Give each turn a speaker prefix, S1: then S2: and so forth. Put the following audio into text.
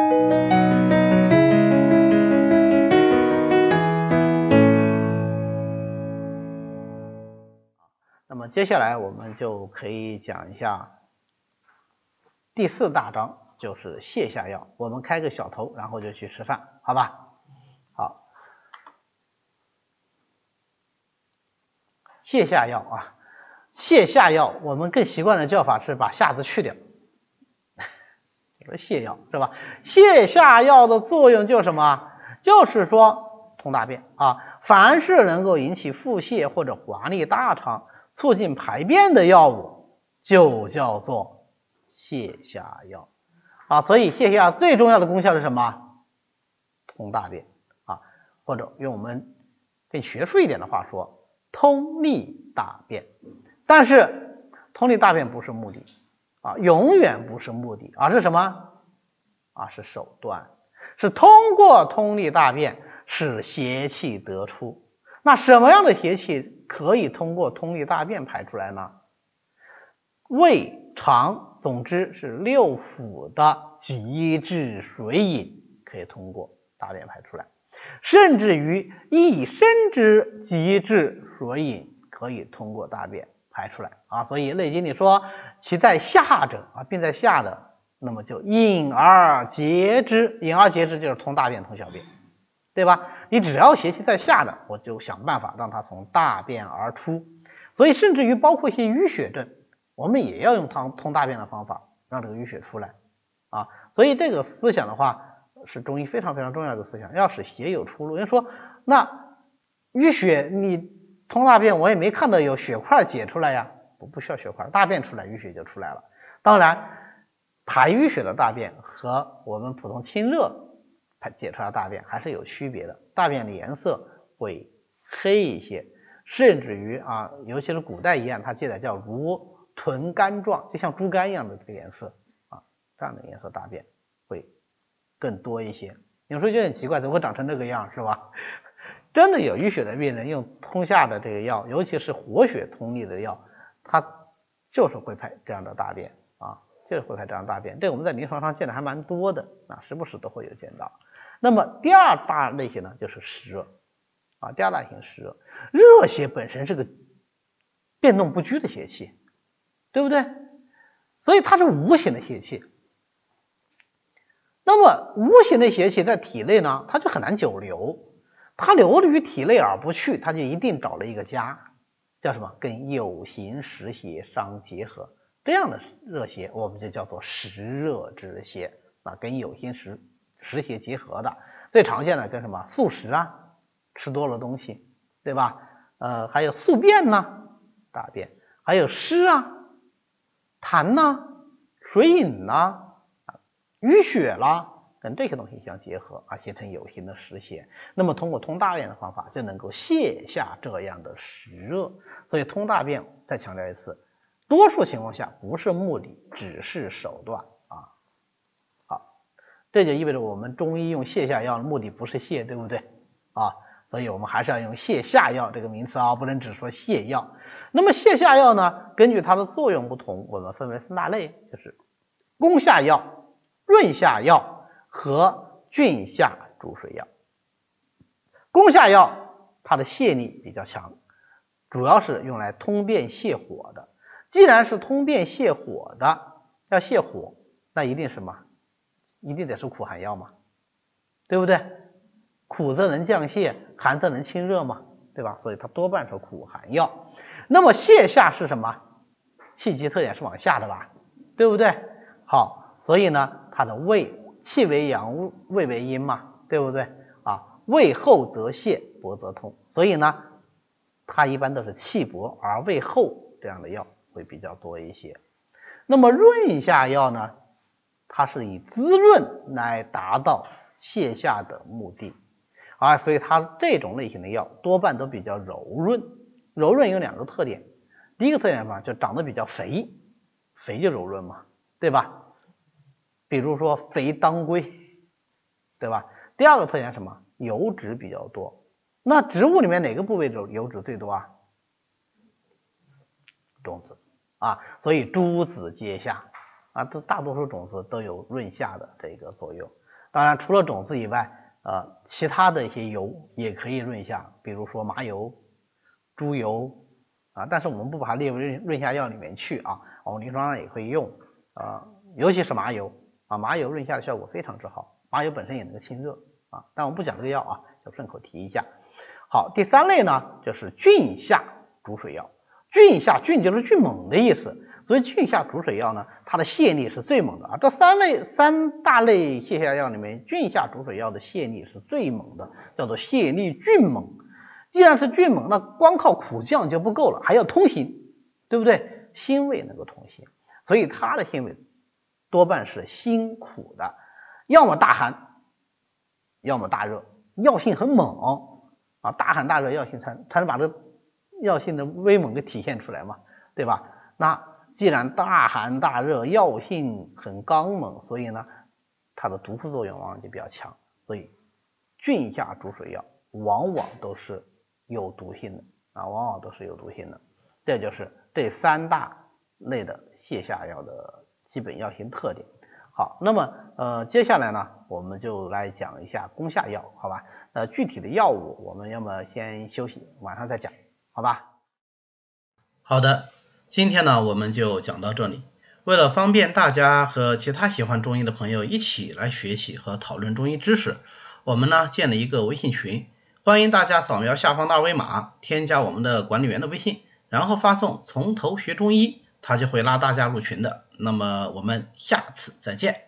S1: 那么接下来我们就可以讲一下第4大章，就是泻下药。我们开个小头，然后就去吃饭，好吧？好，泻下药啊，泻下药我们更习惯的叫法是把下字去掉，泻药是吧？泻下药的作用就是什么？就是说通大便啊，凡是能够引起腹泻或者滑利大肠，促进排便的药物就叫做泻下药啊。所以泻下药最重要的功效是什么？通大便啊，或者用我们更学术一点的话说，通利大便。但是通利大便不是目的啊，永远不是目的，而是什么？是手段，是通过通利大便使邪气得出。那什么样的邪气可以通过通利大便排出来呢？胃肠，总之是6腑的极致水饮可以通过大便排出来，甚至于一身之极致水饮可以通过大便排出来啊。所以《内经》里说其在下者啊，病在下的，那么就饮而竭之，饮而竭之就是通大便通小便，对吧？你只要邪气在下的，我就想办法让它从大便而出。所以甚至于包括一些淤血症，我们也要用通大便的方法让这个淤血出来啊。所以这个思想的话是中医非常非常重要的思想，要使邪有出路。人说那淤血你通大便我也没看到有血块解出来呀，不需要血块，大便出来淤血就出来了。当然排淤血的大便和我们普通清热解出来的大便还是有区别的，大便的颜色会黑一些，甚至于尤其是古代医案它记载叫如豚肝状，就像猪肝一样的这个颜色这样的颜色大便会更多一些。有时候就很奇怪，怎么会长成这个样，是吧？真的有淤血的病人用通下的这个药，尤其是活血通利的药，它就是会排这样的大便就是会排这样的大便。这个我们在临床上见的还蛮多的时不时都会有见到。那么第2大类型呢，就是湿热第2大类型湿热。热邪本身是个变动不居的邪气，对不对？所以它是无形的邪气。那么无形的邪气在体内呢，它就很难久留，它留于体内而不去，它就一定找了一个家，叫什么？跟有形实邪相结合。这样的热邪我们就叫做实热之邪跟有形实邪结合的。最常见的跟什么？宿食吃多了东西，对吧？还有宿便大便，还有湿痰水饮淤血跟这些东西相结合形成有形的实邪。那么通过通大便的方法就能够泻下这样的实热。所以通大便再强调一次，多数情况下不是目的，只是手段好，这就意味着我们中医用泻下药的目的不是泻，对不对所以我们还是要用泻下药这个名词不能只说泻药。那么泻下药呢，根据它的作用不同，我们分为3大类，就是攻下药、润下药和菌下注水药。攻下药它的泻力比较强，主要是用来通便泻火的。既然是通便泻火的，要泻火，那一定什么？一定得是苦寒药嘛，对不对？苦则能降泻，寒则能清热嘛，对吧？所以它多半是苦寒药。那么泻下是什么？气机特点是往下的吧，对不对？好，所以呢它的胃，气为阳，胃为阴嘛，对不对胃厚则泻，薄则通。所以呢它一般都是气薄而胃厚这样的药会比较多一些。那么润下药呢，它是以滋润来达到泻下的目的所以它这种类型的药多半都比较柔润。柔润有2个特点，第一个特点嘛，就长得比较肥，肥就柔润嘛，对吧？比如说肥当归，对吧？第2个特点是什么？油脂比较多。那植物里面哪个部位油脂最多种子所以诸子皆下大多数种子都有润下的这个作用。 当然除了种子以外，其他的一些油也可以润下，比如说麻油、猪油但是我们不把它列为润下药里面去我们临床上也可以用尤其是麻油麻油润下的效果非常之好，麻油本身也能够清热但我们不讲这个药就顺口提一下。好，第三类呢就是菌下逐水药。菌下，菌就是迅猛的意思，所以菌下逐水药呢，它的泻力是最猛的这三大类泻下药里面，菌下逐水药的泻力是最猛的，叫做泻力菌猛。既然是菌猛，那光靠苦降就不够了，还要通行，对不对？辛味能够通行，所以它的辛味多半是辛苦的，要么大寒，要么大热，药性很猛大寒大热药性才能把这药性的威猛给体现出来嘛，对吧？那既然大寒大热，药性很刚猛，所以呢，它的毒副作用往往就比较强，所以菌下逐水药往往都是有毒性的往往都是有毒性的。这就是这三大类的泻下药的基本药性特点。好，那么接下来呢，我们就来讲一下攻下药，好吧？具体的药物我们要么先休息，晚上再讲，好吧？
S2: 好的，今天呢我们就讲到这里。为了方便大家和其他喜欢中医的朋友一起来学习和讨论中医知识，我们呢建了一个微信群，欢迎大家扫描下方的二维码，添加我们的管理员的微信，然后发送从头学中医，他就会拉大家入群的。那么我们下次再见。